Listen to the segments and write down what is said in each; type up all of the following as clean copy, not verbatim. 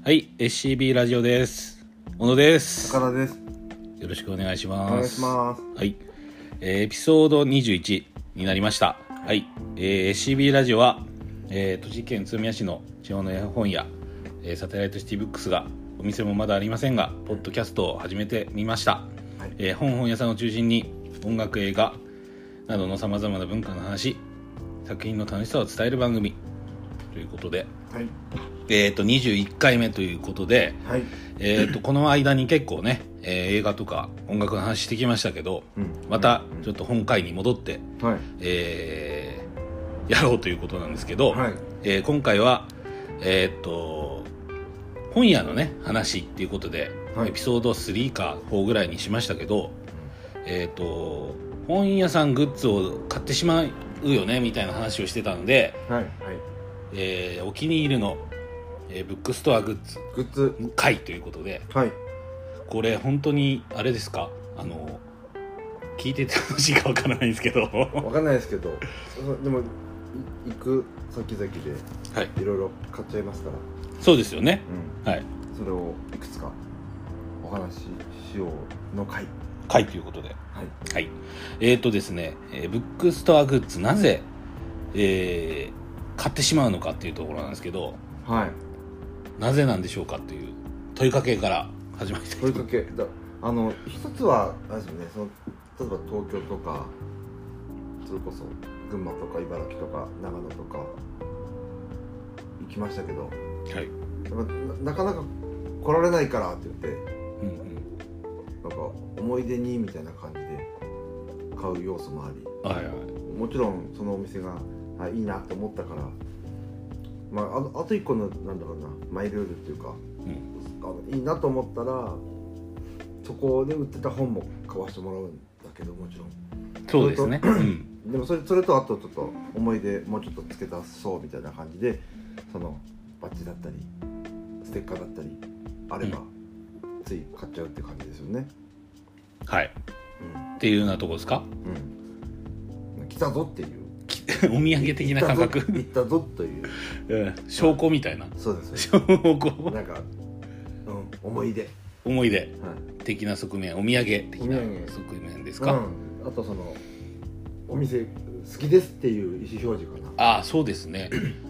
はい、SCB ラジオです。小野です。 高田です。 よろしくお願いします。 お願いします。 はい、エピソード21になりました。はい、SCB ラジオは、栃木県宇都宮市の地方の絵本屋、サテライトシティブックスがお店もまだありませんが、ポッドキャストを始めてみました。はい、本屋さんを中心に音楽、映画などのさまざまな文化の話、作品の楽しさを伝える番組ということで、はい、21回目ということで、はい、この間に結構ね、映画とか音楽の話してきましたけど、またちょっと本回に戻って、やろうということなんですけど、今回は、本屋のね話っていうことで、エピソード3か4ぐらいにしましたけど、本屋さんグッズを買ってしまうよねみたいな話をしてたので、お気に入りの、ブックストアグッズ会ということで、これ本当にあれですか、聞いててほしいか分からないんですけど分かんないですけど、でも行く先々でいろいろ買っちゃいますから、 そうですよね、 はい、それをいくつかお話ししようの会ということで、ですね、ブックストアグッズなぜ、買ってしまうのかっていうところなんですけど、なぜなんでしょうかっていう問いかけから始まりたいと思います。 問いかけ一つはあれですよね、例えば東京とかそれこそ群馬とか茨城とか長野とか行きましたけど、なかなか来られないからって言って、なんか思い出にみたいな感じで買う要素もあり、もちろんそのお店がいいなって思ったから、あと一個のなんだろうな、マイルールっていうか、いいなと思ったらそこで売ってた本も買わせてもらうんだけど、もちろんそうですね、 でもそれとあとちょっと思い出もうちょっと付け足そうみたいな感じで、そのバッジだったりステッカーだったりあれば、つい買っちゃうって感じですよね。 っていうようなとこですか。 来たぞっていうお土産的な感覚、 行ったぞという、 証拠みたいな。 そうです、 証拠なんか、思い出的な側面、お土産的な側面ですか。 あとそのお店好きですっていう意思表示かな。 そうですね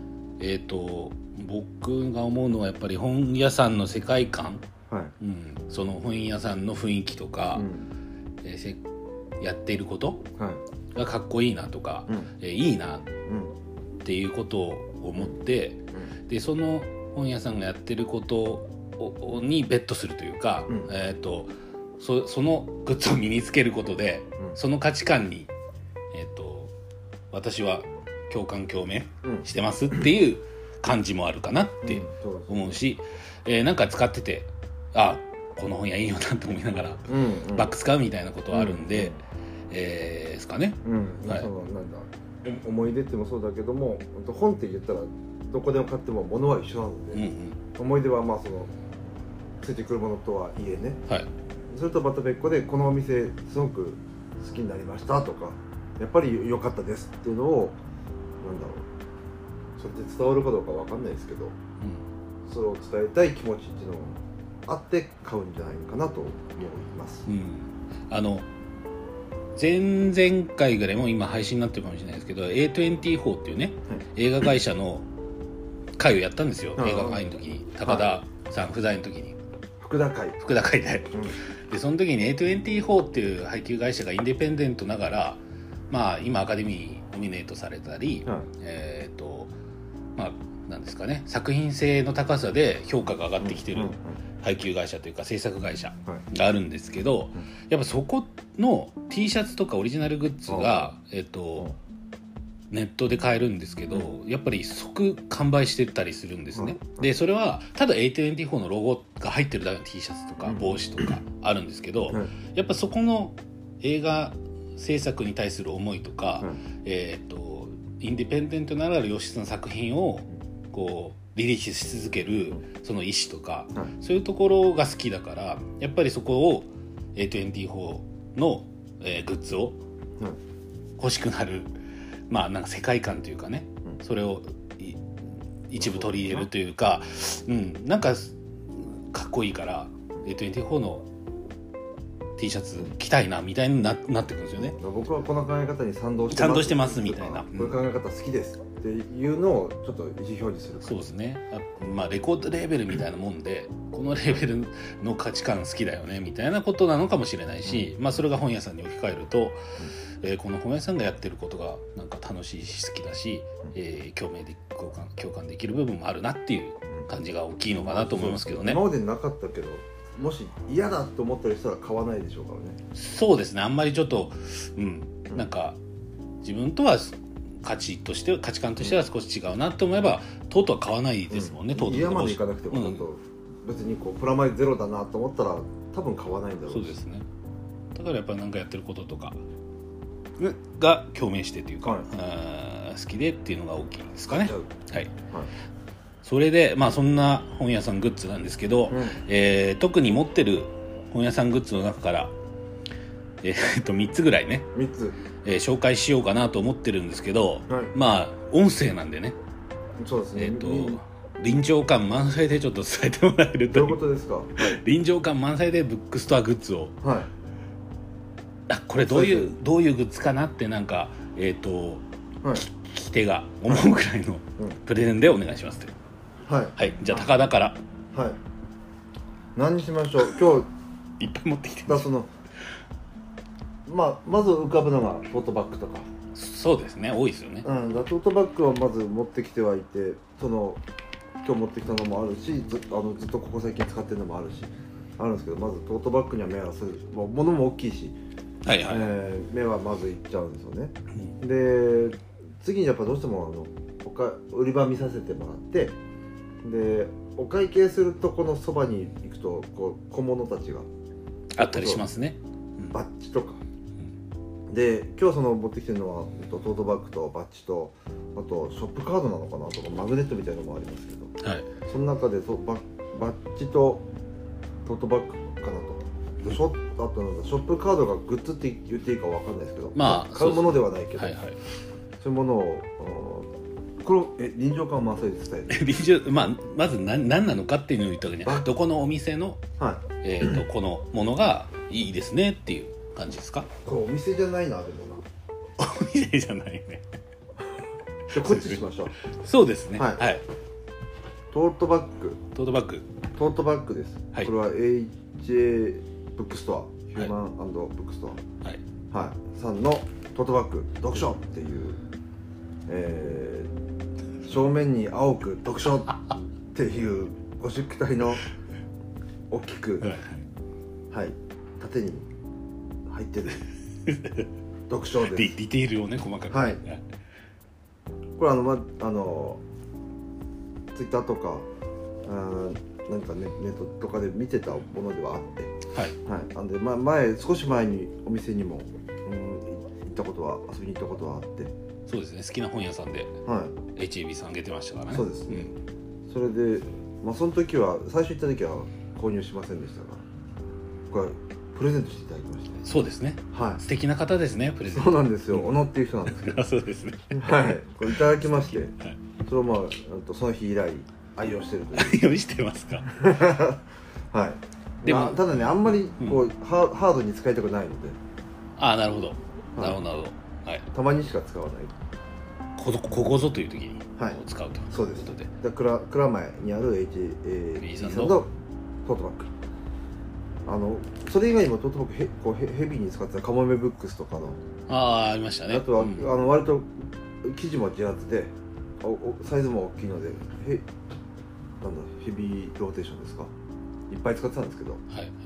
僕が思うのはやっぱり本屋さんの世界観、その本屋さんの雰囲気とか、やっていることがかっこいいなとか、いいなっていうことを思って、でその本屋さんがやってることにベットするというか、そのグッズを身につけることで、その価値観に、私は共感共鳴してますっていう感じもあるかなって思うし、なんか使っててこの本屋いいよなって思いながら、バッグ使うみたいなことはあるんで、ですかね。 そのなんだ、思い出ってもそうだけども、本って言ったらどこでも買っても物は一緒なので、思い出はそのついてくるものとはいえね、それとまた別個でこのお店すごく好きになりましたとか、やっぱり良かったですっていうのを、なんだろう、それで伝わるかどうかわかんないですけど、それを伝えたい気持ちっていうのがあって買うんじゃないかなと思います。 前々回ぐらいも今配信になってるかもしれないですけど、 A24 っていうね、映画会社の会をやったんですよ。映画会の時に高田さん不在の時に福田会で、でその時に A24 っていう配給会社がインディペンデントながら、今アカデミーノミネートされたり、なんですかね、作品性の高さで評価が上がってきてる配給会社というか制作会社があるんですけど、やっぱそこの T シャツとかオリジナルグッズが、ネットで買えるんですけど、やっぱり即完売してたりするんですね。でそれはただ A24 のロゴが入ってるだけの T シャツとか帽子とかあるんですけど、やっぱそこの映画制作に対する思いとか、インディペンデントなら良質な作品をこうリリースし続けるその意思とか、そういうところが好きだから、やっぱりそこを A24 の、グッズを欲しくなる、なんか世界観というかね、それを一部取り入れるというか、なんかかっこいいから A24 の T シャツ着たいなみたいに なってくるんですよね。 僕はこの考え方に賛同してますみたいな、 こういう考え方好きですっていうのをちょっと意思表示する。 そうですね。まあレコードレーベルみたいなもんで、このレーベルの価値観好きだよねみたいなことなのかもしれないし、まあそれが本屋さんに置き換えると、この本屋さんがやってることがなんか楽しいし好きだし、共感できる部分もあるなっていう感じが大きいのかなと思いますけどね。 今までなかったけど、もし嫌だと思ってる人は買わないでしょうからね。 そうですね。あんまりちょっと、なんか自分とは価値観としては少し違うなと思えば、とうとうは買わないですもんね。 嫌までいかなくても、別にこうプラマイゼロだなと思ったら多分買わないんだろうし。 そうですね。だからやっぱりなんかやってることとかが共鳴してというか、好きでっていうのが大きいですかね。はい。それでまあそんな本屋さんグッズなんですけど、特に持ってる本屋さんグッズの中から3つぐらいね、 3つ、 紹介しようかなと思ってるんですけど、まあ音声なんでね。 そうですね。 臨場感満載でちょっと伝えてもらえると。 どういうことですか？ 臨場感満載でブックストアグッズを、これどういうグッズかなってなんか聞き手が思うくらいのプレゼンでお願いしますと。はい、じゃあ高田から。 何にしましょう。今日いっぱい持ってきてだ。そのまず浮かぶのがトートバッグとか。 そうですね、多いですよね。 トートバッグはまず持ってきてはいて、今日持ってきたのもあるし、ずっとここ最近使ってるのもあるんですけど、まずトートバッグには目はする。物も大きいし、目はまずいっちゃうんですよね。で次にやっぱどうしても売り場見させてもらって、でお会計するとこのそばに行くとこう小物たちがあったりしますね。 バッジとか、で今日持ってきてるのはトートバッグとバッジと、あとショップカードなのかなとかマグネットみたいなのもありますけど、その中でバッジとトートバッグかなと。あとショップカードがグッズって言っていいか分かんないですけど、買うものではないけど、そういうものをこれ臨場感満載で伝える。 まず何なのかっていうのを言ったわけじゃない。どこのお店の、このものがいいですねっていう感じですか？ これお店じゃないな。でもなお店じゃないね。 じゃあこっちしましょう。 そうですね。 トートバッグです。これは HA ブックストア、ヒューマン&ブックストアさんのトートバッグ読書っていう、正面に青く読書っていうゴシック体の大きく、縦に入ってる読書です。 ディテールをね細かく。これツイッターとか何かネットとかで見てたものではあって、なんで少し前にお店にも遊びに行ったことはあって。 そうですね、好きな本屋さんで HAB さんあげてましたからね。 そうですね。それでその時は最初行った時は購入しませんでしたが、これプレゼントしていただきました。 そうですね。素敵な方ですね、プレゼント。 そうなんですよ。小野っていう人なんですけど。 そうですね。 これいただきまして、それをその日以来愛用してるという。 愛用してますか？ でもただね、あんまりハードに使いたくないので。 なるほど。なるほど。 たまにしか使わない。 ここぞという時に使うということで。 そうです。蔵前にある HAB さんのトートバッグ。それ以外にもトートバッグヘビーに使ってたカモメブックスとかのありましたね。 あとは、割と生地も自発でサイズも大きいのでヘビーローテーションですか、いっぱい使ってたんですけど、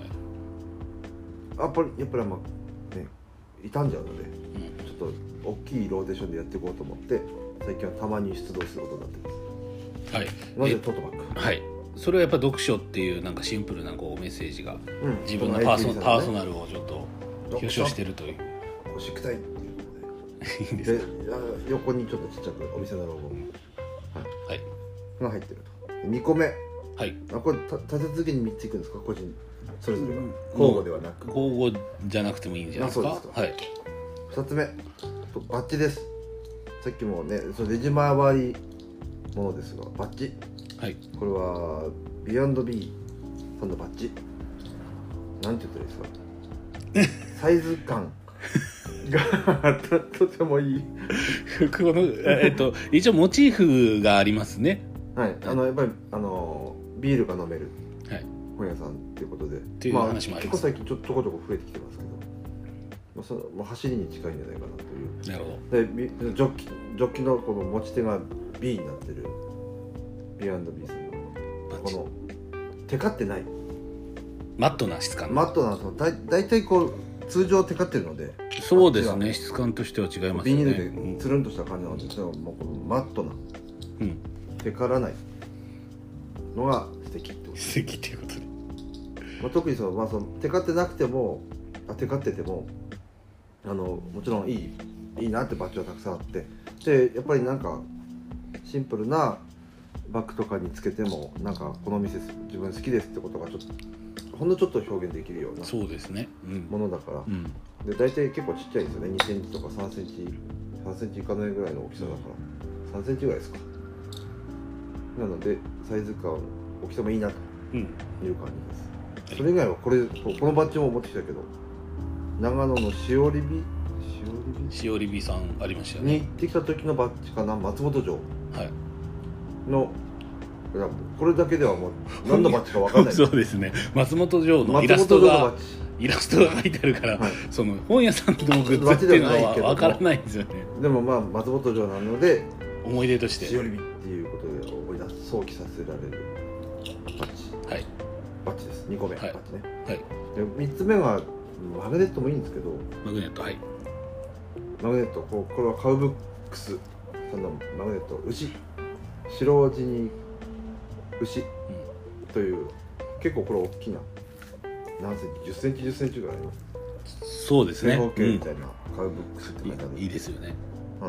やっぱりね傷んじゃうので、ちょっと大きいローテーションでやっていこうと思って最近はたまに出動することになってます。まずトートバッグ。 それはやっぱ読書っていうなんかシンプルなメッセージが、自分のパーソナルをちょっと表彰してるという。 ゴシック体っていうので、横にちょっとちっちゃくお店のロゴが入ってると。2個目。これ立て続けに3ついくんですか？個人それぞれが交互ではなく。 交互じゃなくてもいいんじゃないですか。 2つ目バッジです。さっきもねレジ回りものですがバッジ。これは B&B そのバッジなんて言ったらいいですかサイズ感がとてもいいこの、一応モチーフがありますね。 はい、やっぱりビールが飲める本屋さんっていうことで、 っていう話もあります。 結構最近ちょこちょこ増えてきてますけど、もう走りに近いんじゃないかなという。 なるほど。 でジョッキのこの持ち手が B になってる B&B さんのこのテカってないマットな質感。 マットなだいたいこう通常テカってるので。 そうですね、質感としては違いますね。 ビニールでつるんとした感じなんですけど、もうこのマットな、テカらないのが素敵ってこと。 素敵っていうことで、 特にそのテカってなくてもテカっててももちろんいいなってバッジはたくさんあって、でやっぱりなんかシンプルなバッグとかにつけてもなんかこの店自分好きですってことがほんのちょっと表現できるようなそうですね、 ものだから、で大体結構ちっちゃいんですよね。2センチとか3センチいかないぐらいの大きさだから3センチぐらいですか。なのでサイズ感大きさもいいなという感じです、それ以外はこのバッジも持ってきたけど、長野のしおりびさんありましたよね。 に行ってきた時のバッジかな、松本城の、これだけではもう何のバッジか分かんないそうですね、松本城のイラストが書いてあるから、その本屋さんのグッズっていうのは分からないんですよね。 でも松本城なので思い出としてしおりびっていうことで思い出想起させられるバッジ、バッジです。2個目、バッジね、で3つ目がマグネットもいいんですけど、 マグネット、 これはカウブックスさんのマグネット、白地に牛という、結構これ大きな何センチ、10センチ10センチぐらいの、 そうですね、 正方形みたいなカウブックスって書いてある、 いいですよね、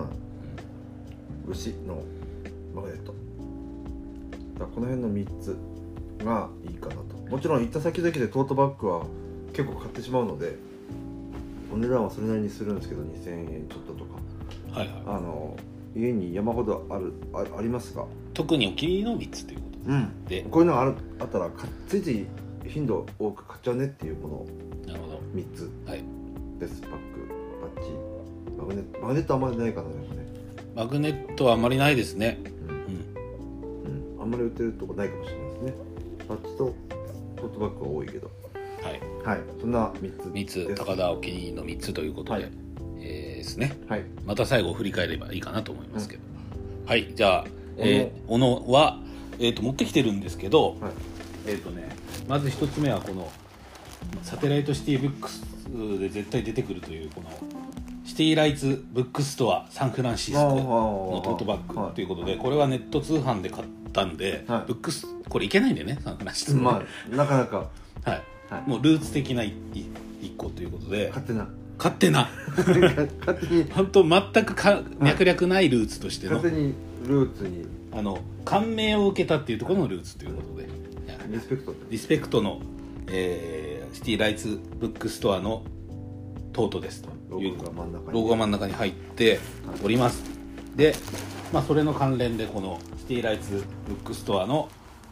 牛のマグネットだ。この辺の3つがいいかなと。もちろん行った先々でトートバッグは結構買ってしまうので、お値段はそれなりにするんですけど、2000円ちょっととか、家に山ほどありますが、特にお気に入りの3つということで、 こういうのがあったらついつい頻度多く買っちゃうねっていうものを3つです。バッジ、マグネットあんまりないかな。でもね、 マグネットはあんまりないですね、 あんまり売ってるとこないかもしれないですね。バッジとトートバッグは多いけど、そんな3つ高田お気に入りの3つということで、ですね、また最後振り返ればいいかなと思いますけど、じゃあ小野は、持ってきてるんですけど、まず1つ目はこのサテライトシティブックスで絶対出てくるというこのシティライツブックストアサンフランシスコのトートバッグということで、これはネット通販で買ったんで、ブックスこれいけないんでね、サンフランシスコ、 なかなかもうルーツ的な一個ということで、勝手な本当全く脈絡ないルーツとしての、 勝手にルーツに感銘を受けたっていうところのルーツということで、リスペクトの、シティライツブックストアのトートですというロゴが真ん中に入っております。で、それの関連でこのシティライツブックストアの、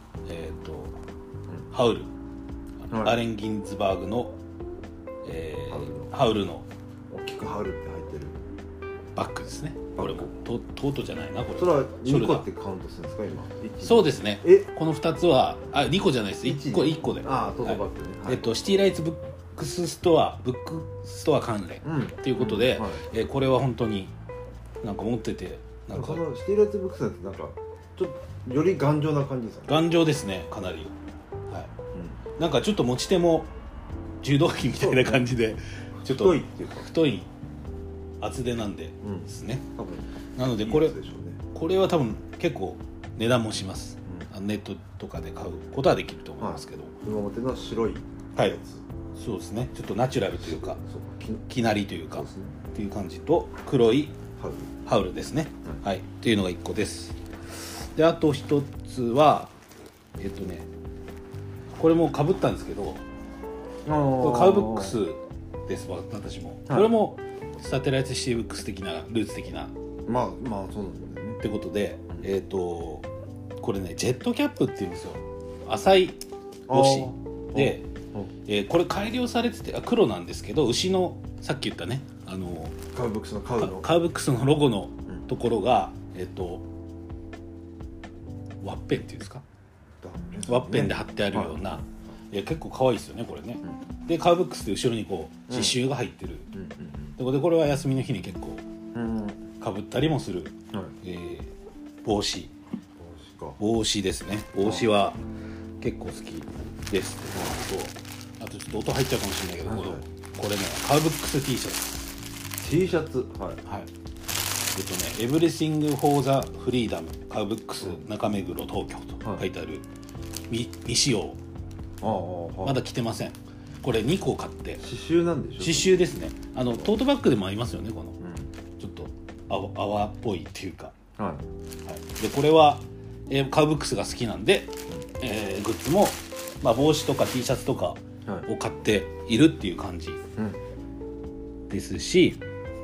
ハウル、アレンギンズバーグの、ハウルの大きくハウルって入ってるバッグですね。これもトートじゃないな、これそれは2個ってカウントするんですか今？ そうですね、この2つは2個じゃないです、1個で、 トートバッグね、 シティライツブックストア関連ということで、これは本当になんか持ってて、なんかこのシティライツブックスってなんかちょっとより頑丈な感じですか？ 頑丈ですね、かなり、なんかちょっと持ち手も柔道着みたいな感じで、ちょっと太い厚手なんでですね、なのでこれは多分結構値段もします、ネットとかで買うことはできると思いますけど、 今表の白いやつ、 そうですね、ちょっとナチュラルというかきなりというかっていう感じと、黒いハウルですね、っていうのが1個です。で、あと1つはこれも被ったんですけど、これカウブックスです。私も、これもサテライトシティブックス的なルーツ的な、 そうなんだよねってことで、これねジェットキャップっていうんですよ。浅い帽子で、これ改良されてて黒なんですけど、牛のさっき言ったねカウブックスのカウブックスのロゴのところが、ワッペンっていうんですか、ワッペンで貼ってあるような、結構可愛いですよねこれね、でカウブックスって後ろにこう刺繍が入ってる、でこれは休みの日に結構かぶったりもする、帽子ですね。帽子は結構好きですってのと、あとちょっと音入っちゃうかもしれないけど、これねカウブックス T シャツ T シャツ Everything for the Freedom カウブックス中目黒東京と書いてある、未使用、まだ着てません。これ2個買って、 刺繍なんでしょ。 刺繍ですね。トートバッグでもありますよね、この、ちょっと泡っぽいっていうか、でこれは、カウブックスが好きなんで、グッズも、帽子とか T シャツとかを買っているっていう感じですし、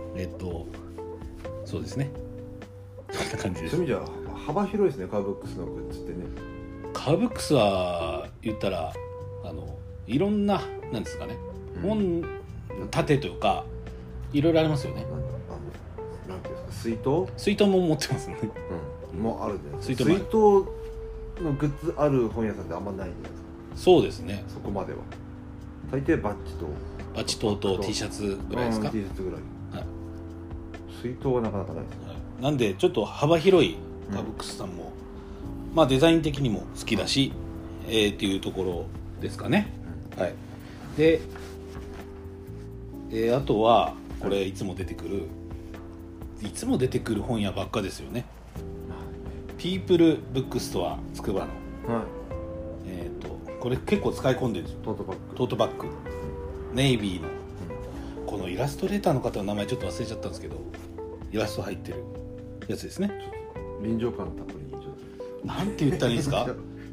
そうですね、そんな感じです。 そういう意味じゃ幅広いですね、カウブックスのグッズってね。 カウブックスは言ったらいろんな、なんですかね、本盾というかいろいろありますよね。 なんていうんですか、 水筒も持ってますね、 もうあるじゃないですか。 水筒のグッズある本屋さんってあんまないんじゃないですか。 そうですね、 そこまでは大抵バッジと T シャツぐらいですか。 T シャツぐらい、水筒はなかなかないですね。 なんでちょっと幅広いカウブックスさんも、デザイン的にも好きだし、っていうところですかね。で、あとはこれいつも出てくる本屋ばっかですよね。ピープルブックストアつくばの、これ結構使い込んでるんですよ。トートバッグ、ネイビーの、このイラストレーターの方の名前ちょっと忘れちゃったんですけど、イラスト入ってるやつですね。 臨場感たっぷりになんて言ったらいいんですか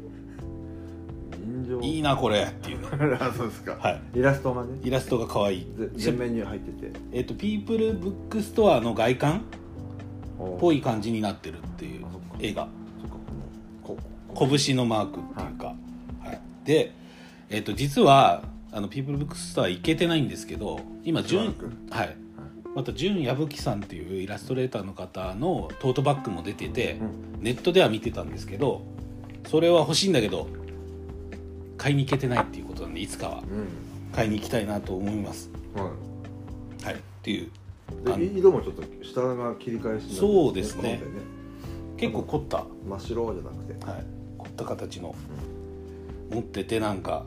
いいなこれっていうのそうですか、イラストが可愛い、 全面に入ってて、 ピープルブックストアの外観っぽい感じになってるっていう絵が、拳のマークっていうか、で、実はピープルブックストア行けてないんですけど、今また純矢吹さんっていうイラストレーターの方のトートバッグも出てて、ネットでは見てたんですけど、それは欲しいんだけど買いに行けてないっていうことなんで、いつかは買いに行きたいなと思います。っていう色もちょっと下が切り返しになって、 そうですね、結構凝った真っ白じゃなくて、 凝った形の、持っててなんか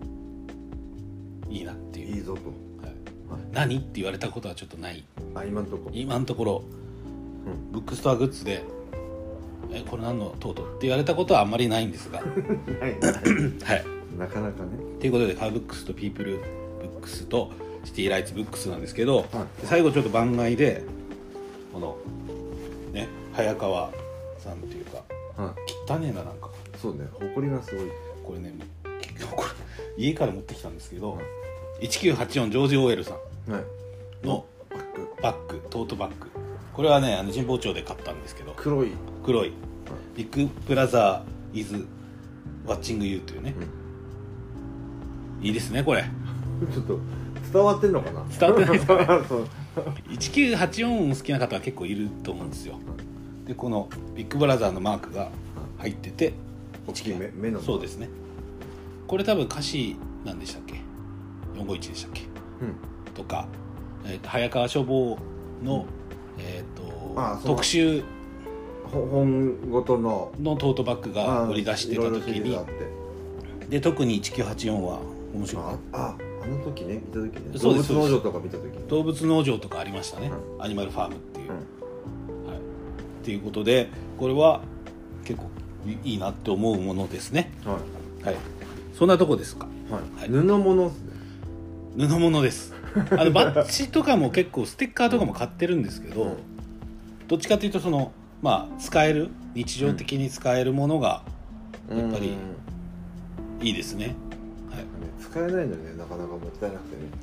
いいなっていう、 いいぞと、 何って言われたことはちょっとない。今のところ、ブックストアグッズでこれ何のトートって言われたことはあんまりないんですがなかなかね。 ということでカウブックスとピープルブックスとシティライツブックスなんですけど、最後ちょっと番外でこのね早川さんっていうか、汚ねえな、なんかそうね、埃がすごい。 これね、これ家から持ってきたんですけど、1984ジョージ・オーエルさんのバッグ、トートバッグ、これはね神保町で買ったんですけど、黒い、ビッグブラザーイズワッチングユーというね、いいですねこれ。 ちょっと伝わってんのかな。 伝わってないですかね1984好きな方は結構いると思うんですよ。でこのビッグブラザーのマークが入ってて、 大きい目の、 そうですね。これ多分歌詞なんでしたっけ、451でしたっけ、とか、早川書房の、特集本ごとのトートバッグが売り出してた時に、で特に1984は面白かった。 あの時ね、見た時ね、 動物農場とか見た時、 動物農場とかありましたね、アニマルファームっていう、っていうことで、これは結構いいなって思うものですね。そんなとこですか。 布物ですね。 布物です。バッジとかも結構ステッカーとかも買ってるんですけど、どっちかというとその使える、日常的に使えるものがやっぱりいいですね。 使えないのにね、なかなかもったいなくてね。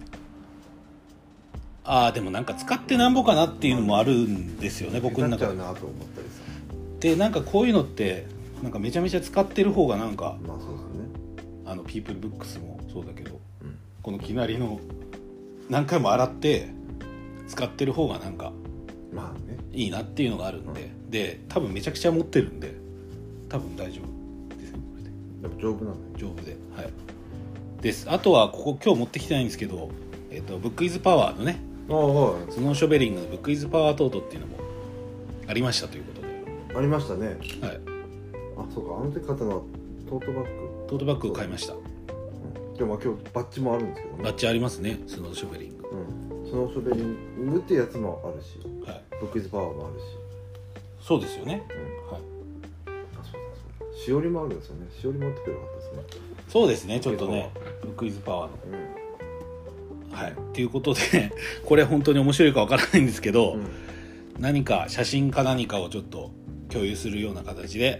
でもなんか使ってなんぼかなっていうのもあるんですよね、僕の中で。 なと思ったりさ。 でなんかこういうのってなんかめちゃめちゃ使ってる方がなんか、 ピープルブックスもそうだけど、 うん、 このきなりの何回も洗って使ってる方がなんかまあねいいなっていうのがあるんで、で多分めちゃくちゃ持ってるんで多分大丈夫ですよこれで。 やっぱ丈夫なんだよ。 丈夫で、はいです。あとはここ今日持ってきてないんですけど、ブックイズパワーのね、スノーショベリングのブックイズパワートートっていうのもありましたということで。 ありましたね。 はい。 あ、そうか、あの時買ったのはトートバッグ。 トートバッグを買いました。 でも今日バッジもあるんですけどね。 バッジありますね、スノーショベリング。 スノーショベリングっていうやつもあるし、 はい、 ブックイズパワーもあるし。 そうですよね。はい。 あ、そうだ。しおりもあるんですよね。しおり持ってくればよかったですね。 そうですね、ちょっとね、ブックイズパワーの。はい。ということでこれ本当に面白いかわからないんですけど、何か写真か何かをちょっと共有するような形で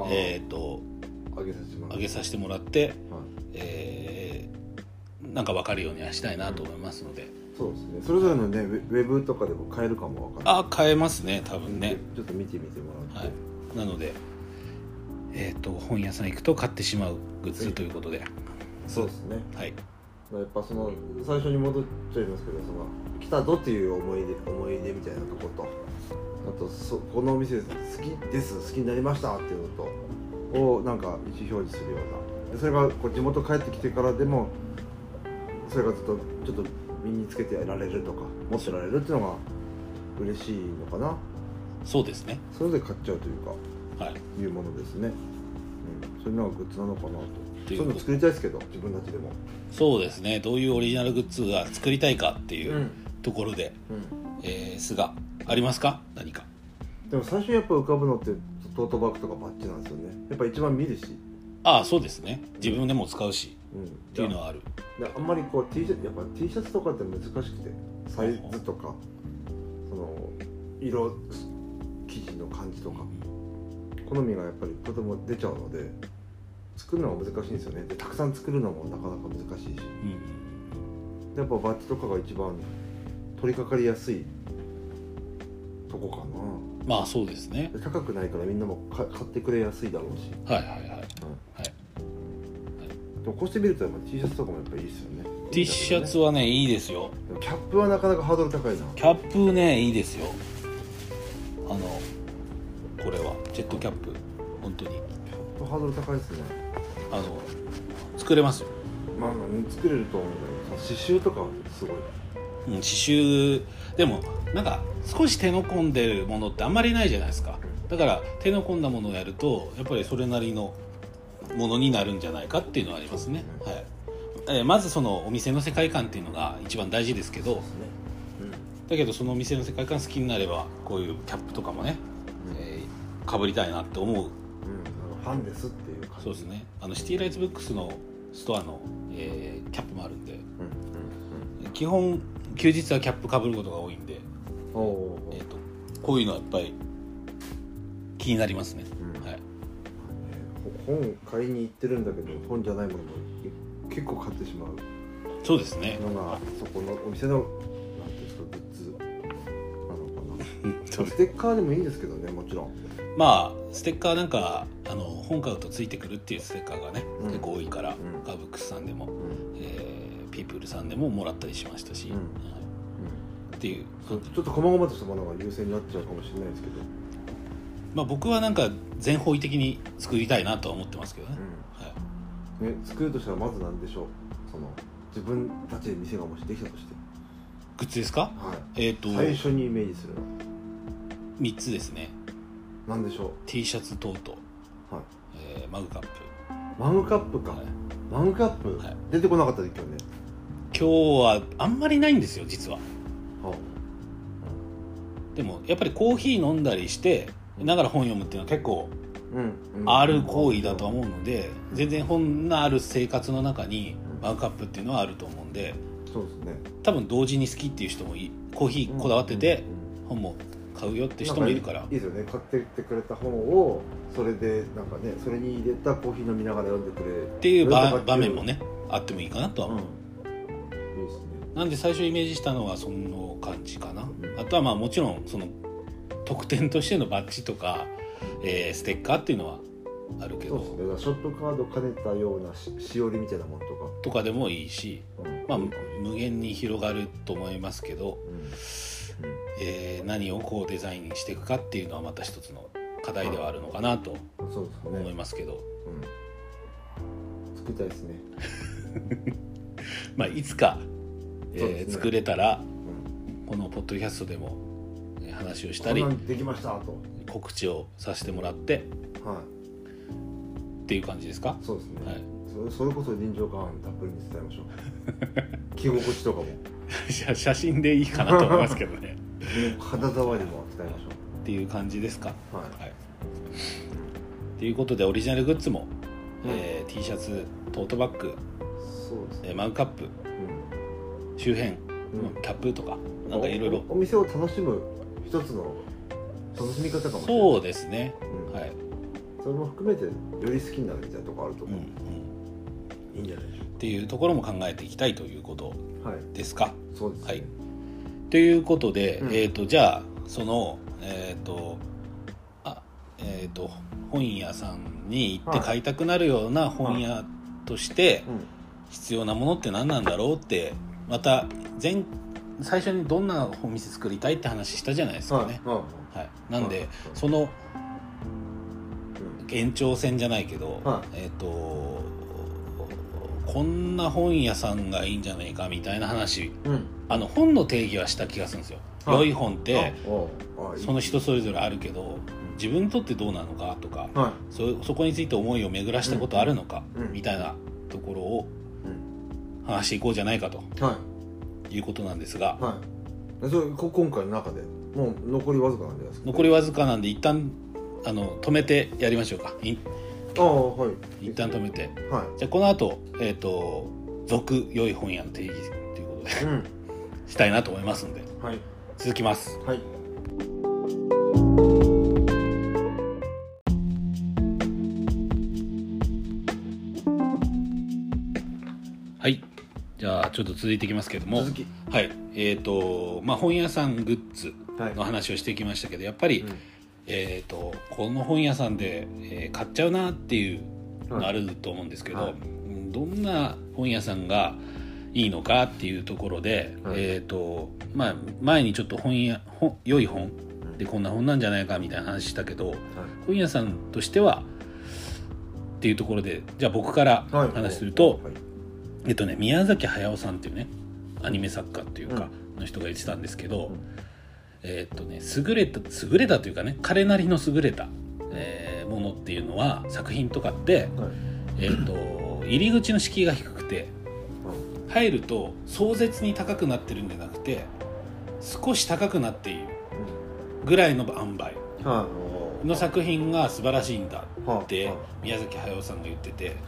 上げさせてもらって、なんか分かるようにはしたいなと思いますので、 そうですね。それぞれのね、ウェブとかでも買えるかも分からない。 買えますね、多分ね。 ちょっと見てみてもらって、 なので本屋さん行くと買ってしまうグッズということで、 そうですね。 はい。 やっぱその最初に戻っちゃいますけど、その来たぞっていう思い出みたいなとこと、あとこのお店好きです、好きになりましたっていうのとをなんか意思表示するような、でそれがこう地元帰ってきてからでもそれがずっとちょっと身につけてられるとか持ってられるっていうのが嬉しいのかな。 そうですね。 それで買っちゃうというか、 はい、 いうものですね。そういうのがグッズなのかなと。そういうの作りたいですけど、自分たちでも。 そうですね。どういうオリジナルグッズが作りたいかっていうところで、すがありますか、何か。 でも最初にやっぱ浮かぶのってトートバッグとかバッジなんですよね。やっぱ一番見るし。 そうですね。自分でも使うし、っていうのはある。 あんまりこう T シャツとかって難しくて、サイズとかその色、生地の感じとか、好みがやっぱりとても出ちゃうので作るのが難しいんですよね。でたくさん作るのもなかなか難しいし、やっぱバッジとかが一番取り掛かりやすいとこかな。 まあそうですね。 高くないからみんなも買ってくれやすいだろうし。 はいはいはい、 でもこうしてみるとやっぱ T シャツとかもやっぱいいですよね。 T シャツはねいいですよ。 キャップはなかなかハードル高いな。 キャップねいいですよ。これはジェットキャップ、本当にキャップハードル高いですね。 作れますよ。 まあ作れると思うんだけど、刺繍とかすごい。 刺繍でもなんか少し手の込んでるものってあんまりないじゃないですか。だから手の込んだものをやるとやっぱりそれなりのものになるんじゃないかっていうのはありますね。はい。まずそのお店の世界観っていうのが一番大事ですけど、だけどそのお店の世界観好きになればこういうキャップとかもね、かぶりたいなって思う、 ファンですっていう感じ。 そうですね。シティライツブックスのストアの、キャップもあるんで、基本休日はキャップかぶることが多いんで、こういうのはやっぱり気になりますね。はい。 本買いに行ってるんだけど本じゃないものも結構買ってしまう。 そうですね。 のがそこのお店のなんていうんですか、グッズなのかな。ステッカーでもいいんですけどね、もちろん。 まあステッカーなんか本買うとついてくるっていうステッカーがね、結構多いから、カーブックスさんでも、ピープルさんでももらったりしましたし、っていうちょっと細々としたものが優先になっちゃうかもしれないですけど、 まあ僕はなんか全方位的に作りたいなとは思ってますけどね。 ね、作るとしたらまず何でしょう。その自分たちで店がもしできたとしてグッズですか。 最初にイメージするの 3つですね。 何でしょう。 T シャツトート、マグカップ。 マグカップか、マグカップ、出てこなかったで今日ね。 今日はあんまりないんですよ実は。でもやっぱりコーヒー飲んだりしてながら本読むっていうのは結構ある行為だと思うので、全然本のある生活の中にマグカップっていうのはあると思うんで、 そうですね。 多分同時に好きっていう人もコーヒーこだわってて本も買うよって人もいるから、 いいですよね。買ってきてくれた本をそれでなんかね、それに入れたコーヒー飲みながら読んでくれっていう場面もねあってもいいかなとは思う。 いいですね。 なんで最初イメージしたのはその感じかな。あとはまあもちろんその特典としてのバッジとか、ステッカーっていうのはあるけど、 そうですね、だからショットカード兼ねたようなしおりみたいなものとかでもいいし、まあ無限に広がると思いますけど、何をこうデザインしていくかっていうのはまた一つの課題ではあるのかなと思いますけど、 作りたいですねまあいつか、作れたら、このポッドキャストでも話をしたり、 できましたと告知をさせてもらって、っていう感じですか。 そうですね、それこそ臨場感たっぷりに伝えましょう着心地とかも写真でいいかなと思いますけどね肌触りも伝えましょうっていう感じですか。 はいということでオリジナルグッズも、T シャツ、トートバッグ、 そうですね、 マグカップ、周辺、キャップとかなんかいろいろお店を楽しむ一つの楽しみ方かもしれない。 そうですね、 それも含めてより好きになるみたいなところあると思う、いいんじゃないでしょうかっていうところも考えていきたいということですか。 そうですね、 ということで、じゃあその本屋さんに行って買いたくなるような本屋として必要なものって何なんだろうって、また最初にどんなお店作りたいって話したじゃないですかね。なんでその延長線じゃないけど、こんな本屋さんがいいんじゃないかみたいな話、本の定義はした気がするんですよ。良い本ってその人それぞれあるけど、自分にとってどうなのかとか、そこについて思いを巡らしたことあるのか、みたいなところを話していこうじゃないかと、いうことなんですが、 それ今回の中でもう残りわずかなんじゃないですか。 残りわずかなんで一旦止めてやりましょうか。一旦止めて、じゃあこの後続良い本屋の定義ということで、したいなと思いますんで、続きます。じゃあちょっと続いていきますけども、本屋さんグッズの話をしてきましたけど、やっぱり、この本屋さんで、買っちゃうなっていうのあると思うんですけど、どんな本屋さんがいいのかっていうところで、前にちょっと良い本でこんな本なんじゃないかみたいな話したけど、本屋さんとしてはっていうところで、じゃあ僕から話すると、宮崎駿さんっていうねアニメ作家っていうかの人が言ってたんですけど、優れたというかね、彼なりの優れた、ものっていうのは、作品とかって、入り口の敷居が低くて、入ると壮絶に高くなってるんじゃなくて少し高くなっているぐらいの塩梅の作品が素晴らしいんだって宮崎駿さんが言ってて、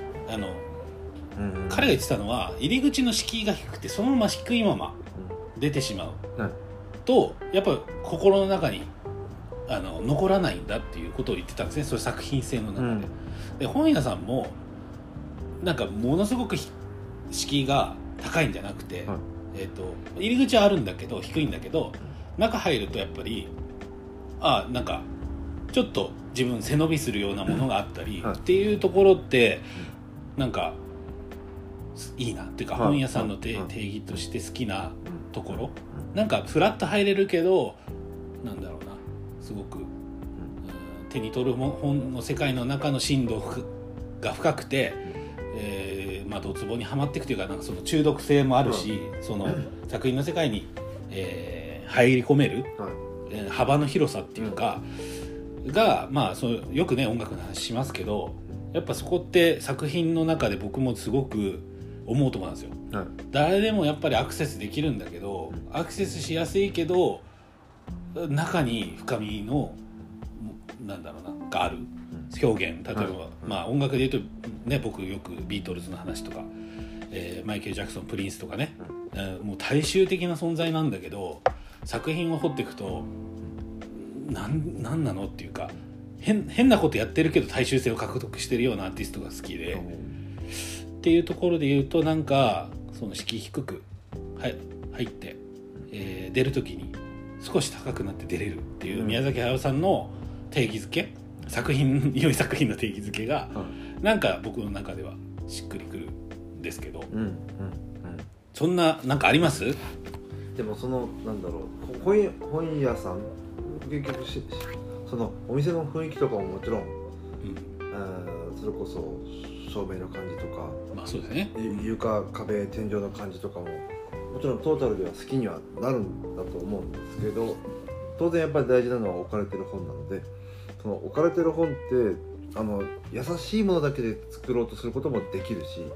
彼が言ってたのは、入り口の敷居が低くてそのまま低いまま出てしまうと、やっぱ心の中に残らないんだっていうことを言ってたんですね。そういう作品性の中で、本屋さんもなんかものすごく敷居が高いんじゃなくて、入り口はあるんだけど低いんだけど、中入るとやっぱりなんかちょっと自分背伸びするようなものがあったりっていうところってなんかいいなっていうか、本屋さんの定義として好きなところ、なんかフラッと入れるけど、なんだろうな、すごく手に取る本の世界の中の深度が深くて、ドツボにはまっていくというか、なんかその中毒性もあるし、その作品の世界に、入り込める、幅の広さっていうかが、よくね音楽の話しますけど、やっぱそこって作品の中で僕もすごく思うところなんですよ。誰でもやっぱりアクセスできるんだけど、アクセスしやすいけど中に深みのがある表現、例えば、音楽で言うとね、僕よくビートルズの話とか、マイケル・ジャクソン、プリンスとかね、もう大衆的な存在なんだけど、作品を掘っていくとなんなのっていうか、変なことやってるけど大衆性を獲得してるようなアーティストが好きで、っていうところで言うと、なんかその敷居低く入って、出るときに少し高くなって出れるっていう宮崎駿さんの定義づけ良い作品の定義づけが、なんか僕の中ではしっくりくるんですけど、そんななんかあります？ でもそのなんだろう、本屋さん結局そのお店の雰囲気とかももちろん、それこそ照明の感じとか、 まあそうですね、 床壁天井の感じとかももちろんトータルでは好きにはなるんだと思うんですけど、当然やっぱり大事なのは置かれてる本なので、その置かれてる本って優しいものだけで作ろうとすることもできるし、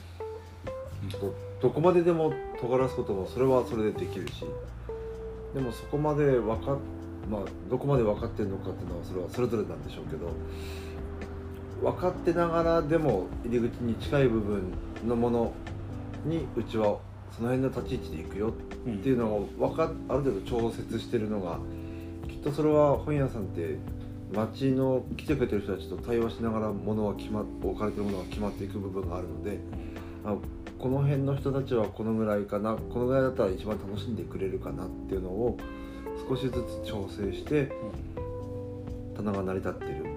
どこまででも尖らすこともそれはそれでできるし、でもそこまでどこまで分かってるのかっていうのはそれはそれぞれなんでしょうけど、分かってながらでも入り口に近い部分のものにうちはその辺の立ち位置で行くよっていうのをある程度調節してるのが、きっとそれは本屋さんって街の来てくれてる人たちと対話しながら置かれてるものが決まっていく部分があるので、この辺の人たちはこのぐらいかな、このぐらいだったら一番楽しんでくれるかなっていうのを少しずつ調整して棚が成り立ってる。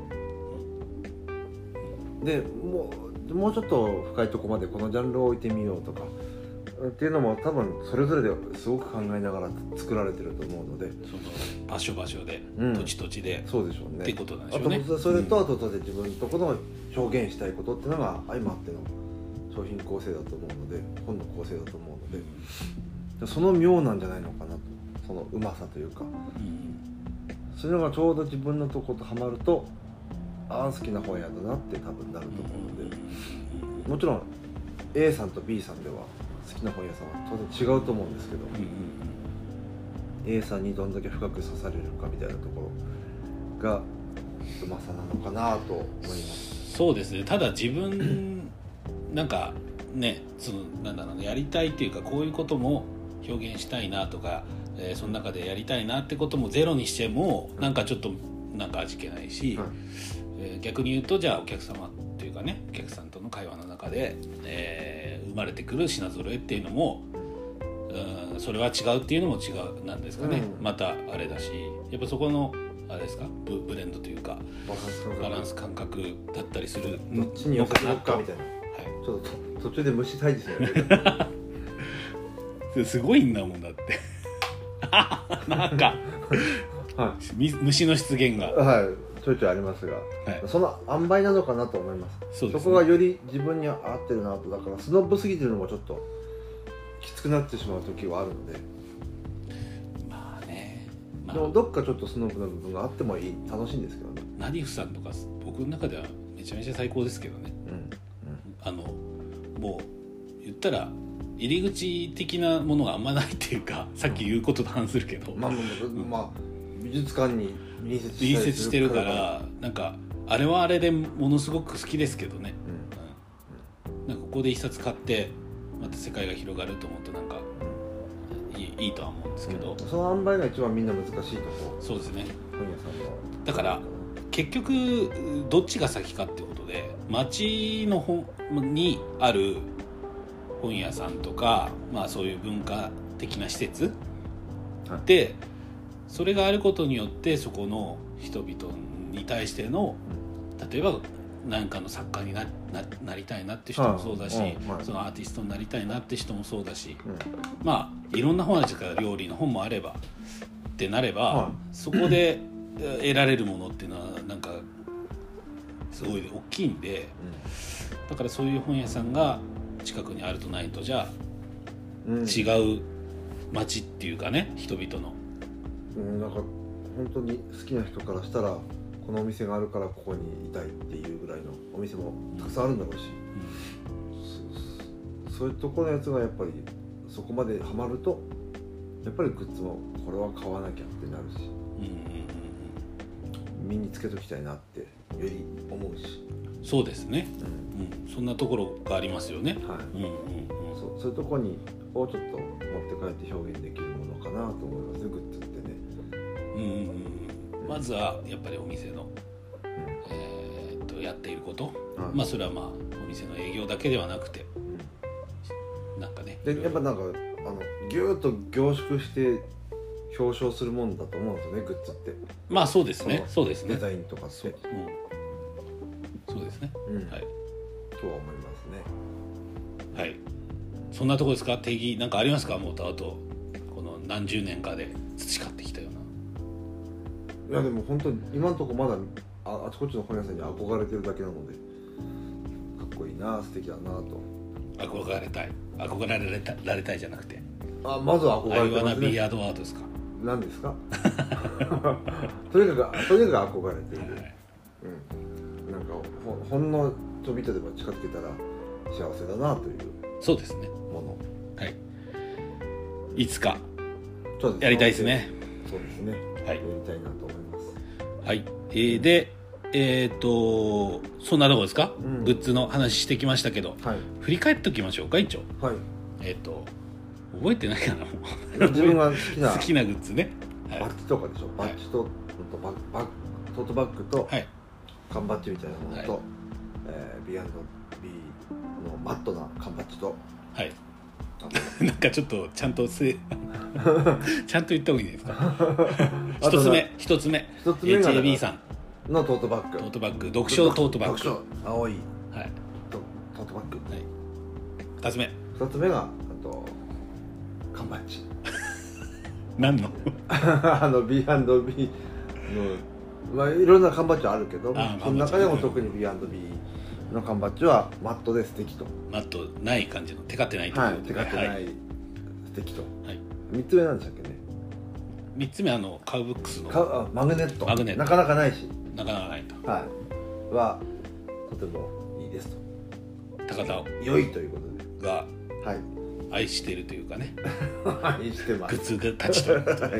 でもうちょっと深いところまでこのジャンルを置いてみようとかっていうのも多分それぞれですごく考えながら作られてると思うので、 その場所で、土地でそうでしょうねっていうことなんでしょうね。 あとそれと後で自分のところの表現したいことっていうのが相まっての商品構成だと思うので、本の構成だと思うので、その妙なんじゃないのかなと、そのうまさというか、そういうのがちょうど自分のとことハマると、好きな本屋だなって多分なると思うので、もちろん A さんと B さんでは好きな本屋さんは当然違うと思うんですけど、A さんにどんだけ深く刺されるかみたいなところがうまさなのかなと思います。 そうですね。ただ自分なんかね、なんだろうね、やりたいっていうかこういうことも表現したいなとか、その中でやりたいなってこともゼロにしてもなんかちょっとなんか味気ないし、逆に言うとじゃあお客様っていうかね、お客さんとの会話の中で、生まれてくる品揃えっていうのも、それは違うっていうのも違うなんですかね、またあれだし、やっぱそこのあれですか、ブレンドというかバランス感覚だったりするどっちに寄せてるかみたいな、ちょっと途中で虫退治するすごいんだもんだってなんか、虫の出現がちょいちょいありますが、その塩梅なのかなと思います。 そうですね、 そこがより自分に合ってるなと。だからスノブすぎてるのもちょっときつくなってしまう時はあるので、 まあね、 でもどっかちょっとスノブの部分があってもいい、楽しいんですけどね。 ナディフさんとか僕の中ではめちゃめちゃ最高ですけどね、もう言ったら入り口的なものがあんまないっていうか、さっき言うことと反するけど、 美術館に隣接してるから、なんかあれはあれでものすごく好きですけどね、なんかここで一冊買ってまた世界が広がると思うとなんかいいとは思うんですけど、 その塩梅が一番みんな難しいところ。 そうですね。 本屋さんのだから結局どっちが先かってことで、街の本にある本屋さんとか、そういう文化的な施設で、それがあることによってそこの人々に対しての、例えば何かの作家に なりたいなって人もそうだし、そのアーティストになりたいなって人もそうだし、いろんな本あるから、料理の本もあればってなれば、そこで得られるものっていうのはなんかすごい大きいんで、だからそういう本屋さんが近くにあるとないとじゃあ、違う街っていうかね、人々の、 なんか本当に好きな人からしたらこのお店があるからここにいたいっていうぐらいのお店もたくさんあるんだろうし、そういうところのやつがやっぱりそこまでハマると、やっぱりグッズもこれは買わなきゃってなるし、身につけときたいなってより思うし。 そうですね、そんなところがありますよね。 そういうところにをちょっと持って帰って表現できるものかなと思いますね、グッズってね。 まずはやっぱりお店の、やっていること、それはお店の営業だけではなくて、なんかね、 でやっぱなんかギューッと凝縮して表彰するもんだと思うんですよね、グッズって。 まあそうですね、そうですね、 デザインとかって。 そうですね、はい、 とは思いますね。はい、そんなところですか。定義なんかありますか。もうあとこの何十年かで培ってきたような。 いやでも本当に今のところまだあちこちの本屋さんに憧れてるだけなので、かっこいいな、素敵だなと。憧れられたいじゃなくて、 まずは憧れてますね。 I wanna be adoredですか。 何ですかとにかく憧れてる、はい、なんかほんのちょびっとでも近づけたら幸せだなという。 そうですね、 もの、 はい、いつかやりたいですね。 そうですね、はい、やりたいなと思います。 はい、でそんなとこですか、グッズの話してきましたけど、はい、振り返っておきましょうか一応。はい、覚えてないかなもう自分が好きなグッズね、 はい、バッジとかでしょ。バッジと、トートバッグと、はい、缶バッジみたいなものと、はい、B&B のマットな缶バッジと、はい、 なんかちょっとちゃんとちゃんと言った方がいいですか一つ目 HAB さんのトートバッグ、 読書トートバッグ、 読書青い、 はい、 トートバッグ、はい、 2つ目が缶バッジ何の B&B の、まあ、いろんな缶バッジはあるけど、その中でも特に B&B の缶バッジはマットで素敵と。 マットない感じの、テカってないところ、はい、 テカってない、はい、素敵と、はい、3つ目なんでしたっけね。 3つ目カウブックスのマグネットなかなかないし、 なかなかないと、 はい、はとてもいいですと。 高田良いということでが、はい、愛しているというかね愛してます、 グッズたちと、はい、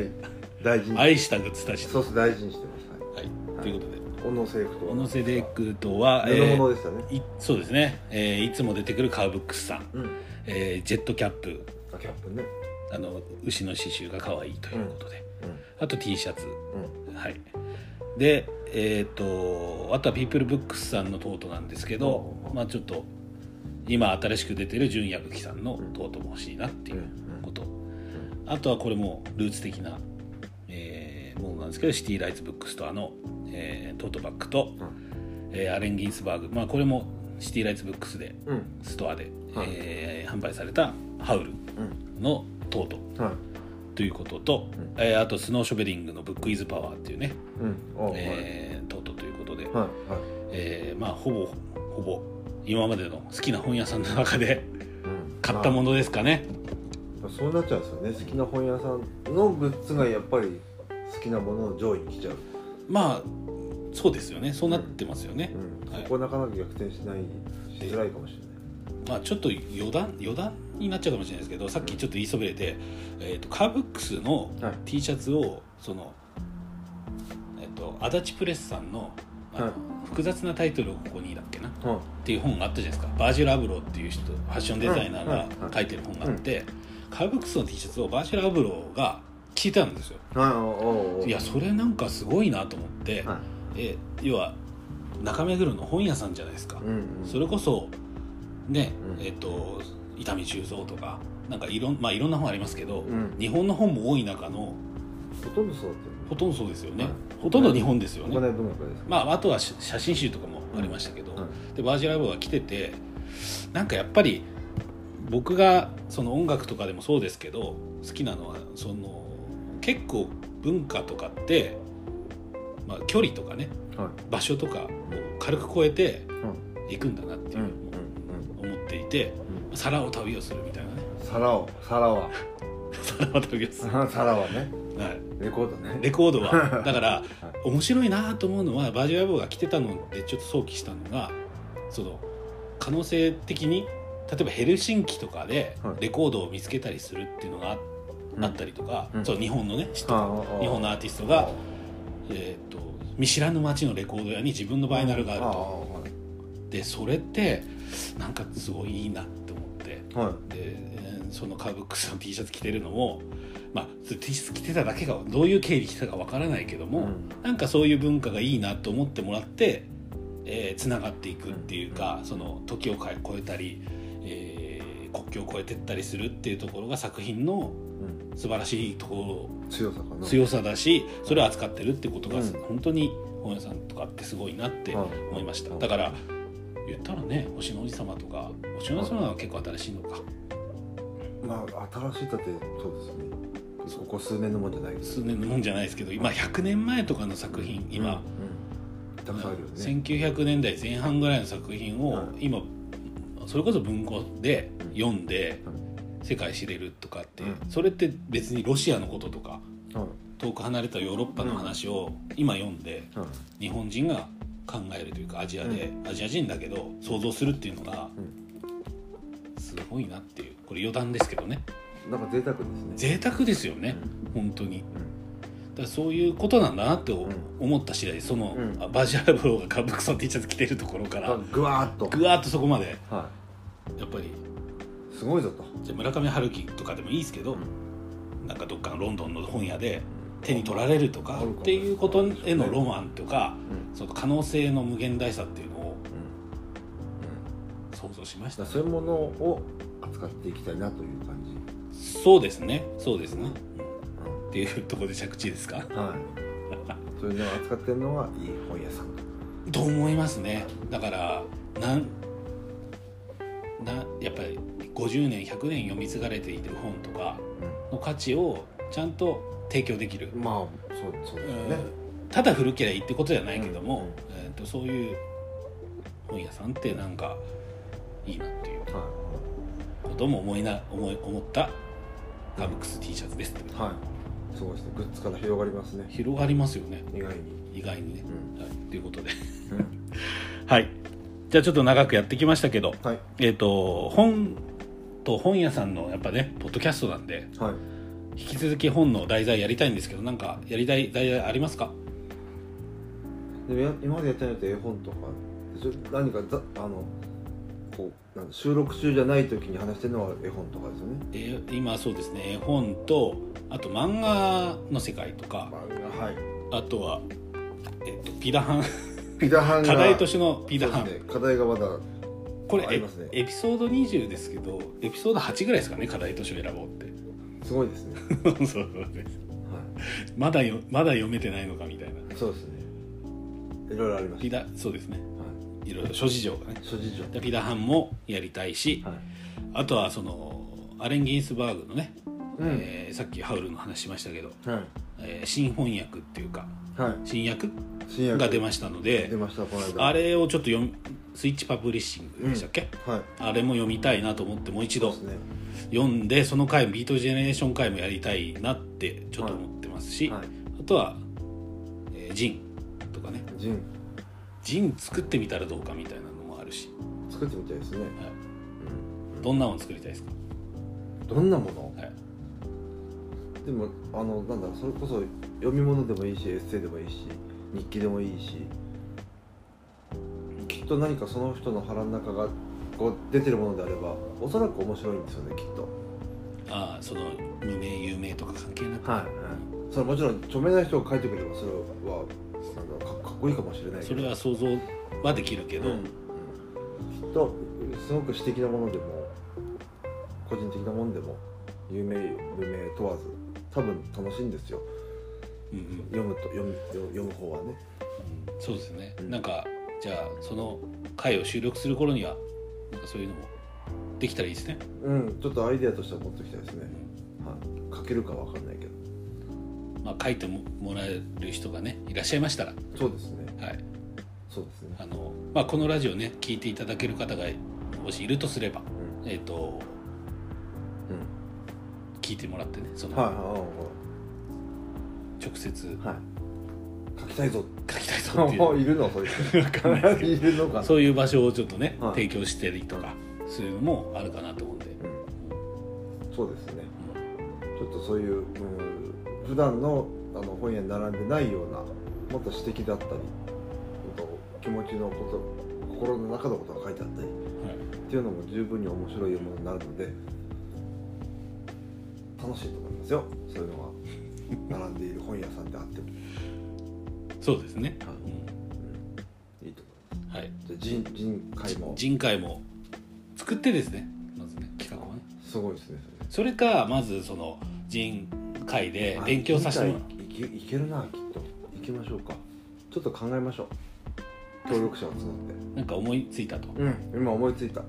大事に愛したグッズたちと、 そう大事にしてます、 はい、はい、ということで小野セレクトは布物でしたね、 そうですね、いつも出てくるカウブックスさん、ジェットキャップね、牛の刺繍が可愛いということで、あと T シャツ、はい、であとはピープルブックスさんのトートなんですけど、まあちょっと今新しく出てる純矢吹さんのトートも欲しいなっていうこと、あとはこれもルーツ的な、ものなんですけど、シティライツブックストアの、トートバッグと、アレン・ギンスバーグ、まあこれもシティライツブックスで、ストアで、販売されたハウルのトート、ということと、あとスノーショベリングのブックイズパワーっていうね、トートということで、まあほぼ今までの好きな本屋さんの中で買ったものですかね。 そうなっちゃうんですよね。好きな本屋さんのグッズがやっぱり好きなものの上位に来ちゃう。 まあそうですよね、そうなってますよね、 そこはなかなか逆転しないしづらいかもしれない。 まあちょっと余談になっちゃうかもしれないですけど、さっきちょっと言いそびれて、カーブックスの T シャツをその、足立プレスさんの複雑なタイトルをここにだっけな、っていう本があったじゃないですか。バージル・アブローっていう人、ファッションデザイナーが書いてる本があって、カーブックスの T シャツをバージル・アブローが着てたんですよ。いやそれなんかすごいなと思って、要は中目黒の本屋さんじゃないですか、それこそね、伊丹十三とかなんかいろんな本ありますけど、日本の本も多い中のほとんどそうですよね。 ほとんど日本ですよね。 まあとは写真集とかもありましたけど、でバージル・アブローが来てて、なんかやっぱり僕がその音楽とかでもそうですけど好きなのはその結構文化とかって、まあ、距離とかね、場所とかを軽く超えていくんだなっていう思っていて、皿を旅をするみたいなね。皿は旅をする。 皿はね。はい、レコードはだから面白いなと思うのは、バージル・アブローが来てたのでちょっと想起したのが、その可能性的に例えばヘルシンキとかでレコードを見つけたりするっていうのがあったりとか、そう日本のね日本のアーティストが、見知らぬ街のレコード屋に自分のバイナルがあると。でそれってなんかすごいいいなって思って、でそのカーブックスの T シャツ着てるのも、まあ T シャツ着てただけがどういう経緯着てたかわからないけども、なんかそういう文化がいいなと思ってもらって、つながっていくっていうか、その時を超えたり、国境を越えてったりするっていうところが作品の素晴らしいところ、 強さだし、それを扱ってるってことが、 うん本当に本屋さんとかってすごいなって思いました、だから言ったらね、星の王子様とか、星の王子様は結構新しいのか、 まあ新しいだってそうですよね、ここ数年のもんじゃない数年のもんじゃないですけど、今100年前とかの作品、今、 たくさんあるよね。 1900年代前半ぐらいの作品を今それこそ文庫で読んで世界知れるとかって、それって別にロシアのこととか遠く離れたヨーロッパの話を今読んで日本人が考えるというか、アジア人だけど想像するっていうのがすごいなっていう、これ余談ですけどね、 なんか贅沢ですね。 贅沢ですよね、本当に。だからそういうことなんだなって思った次第、その、バジャーブローがガブクソって言っちゃって来てるところからぐわーっとそこまで、 はやっぱりい、すごいぞと。 じゃあ村上春樹とかでもいいですけど、なんかどっかのロンドンの本屋で手に取られるとかっていうことへのロマンとか、その可能性の無限大さっていうのを想像しました、ね。 そういうものを扱っていきたいなという感じ。 そうですね、そうですね、っていうところで着地ですか。はいそういうのを扱ってるのはいい本屋さんと思いますね。だからやっぱり50年100年読み継がれている本とかの価値をちゃんと提供できる、 まあそうですね、 ただ古ければいいってことじゃないけども、そういう本屋さんってなんかいいなっていうことも思ったガブックス T シャツです、 はい、そうですね、グッズから広がりますね。 広がりますよね、意外にね、はい、ということではい、じゃあちょっと長くやってきましたけど、 はい、 本と本屋さんのやっぱねポッドキャストなんで、はい、引き続き本の題材やりたいんですけど、なんかやりたい題材ありますか？ でも今までやってないと絵本とか何かこうなん収録中じゃない時に話してるのは絵本とかですよね。 今そうですね、絵本とあと漫画の世界とか、 はい、 あとは、ピダハン課題図書のピダハン、 ね、課題がまだこれありますね。 エピソード20ですけどエピソード8ぐらいですかね、課題図書選ぼうってすごいですねそうです、はい、まだ読めてないのかみたいな。 そうですね、いろいろありました。 そうですね、はい、いろいろ諸事情がね、ピダハンもやりたいし、はい、あとはそのアレン・ギンスバーグのね、さっきハウルの話しましたけど、はい、新翻訳っていうか、はい、新訳が出ましたので、 出ましたこの間。 あれをちょっとスイッチパブリッシングでしたっけ、はい、あれも読みたいなと思って、もう一度読んで、その回ビートジェネレーション回もやりたいなってちょっと思ってますし、はいはい、あとは、ジンとかね、ジン作ってみたらどうかみたいなのもあるし、 作ってみたいですね、はい、 どんなもの作りたいですか？ どんなもの、はい、でもなんだろう、それこそ読み物でもいいし、エッセイでもいいし、日記でもいいし、きっと何かその人の腹の中がこう出てるものであればおそらく面白いんですよね、きっと。 ああ、その無名有名とか関係なく、 はいはい、それもちろん著名な人が書いてくれればそれはなんだろう、かっこいいかもしれないけど、 それは想像はできるけど、きっとすごく詩的なものでも個人的なものでも有名無名問わず多分楽しいんですよ、読む方はね、 そうですね、なんかじゃあその回を収録する頃にはなんかそういうのもできたらいいですね。 ちょっとアイデアとしては持ってきたいですね、はい、書けるかわかんないけど、 まあ、書いてもらえる人がねいらっしゃいましたら、 そうですね、 はい、 そうですね、 まあ、このラジオね聞いていただける方がもしいるとすれば、聞いてもらってね、その、直接、 書きたいぞっていういるのそういう人分かんないですけどいるのかな、 そういう場所をちょっとね、提供してりとかそういうのもあるかなと思うんで、 そうですね、ちょっとそういう、普段の本屋に並んでないようなもっと詩的だったり、気持ちのこと、心の中のことが書いてあったり、っていうのも十分に面白いものになるので楽しいと思いますよ、そういうのが並んでいる本屋さんであってもそうですね、 いいと思います。はい、じゃあ人会も作ってですね、まずね、企画をね、 すごいですね。 それかまずその人会で勉強させてもらう。いけるな、きっと行きましょうか。ちょっと考えましょう、協力者を募って。 なんか思いついたと。 今思いついた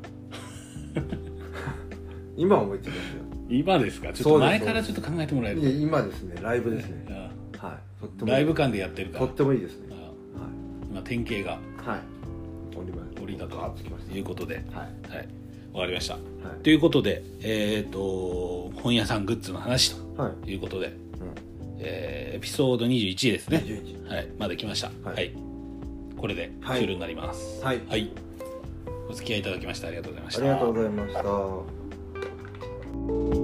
今思いついたんですよ。 今ですか？ちょっと前からちょっと考えてもらえると。 今ですね、ライブですね。はい、とってもライブ感でやってるから。 とってもいいですね。 今典型がはい降りたということで、 はい、 わかりました。ということで、本屋さんグッズの話ということで、エピソード21ですね。はい、まで来ました。はい、これで終了になります。はい、お付き合いいただきましてありがとうございました。 ありがとうございました。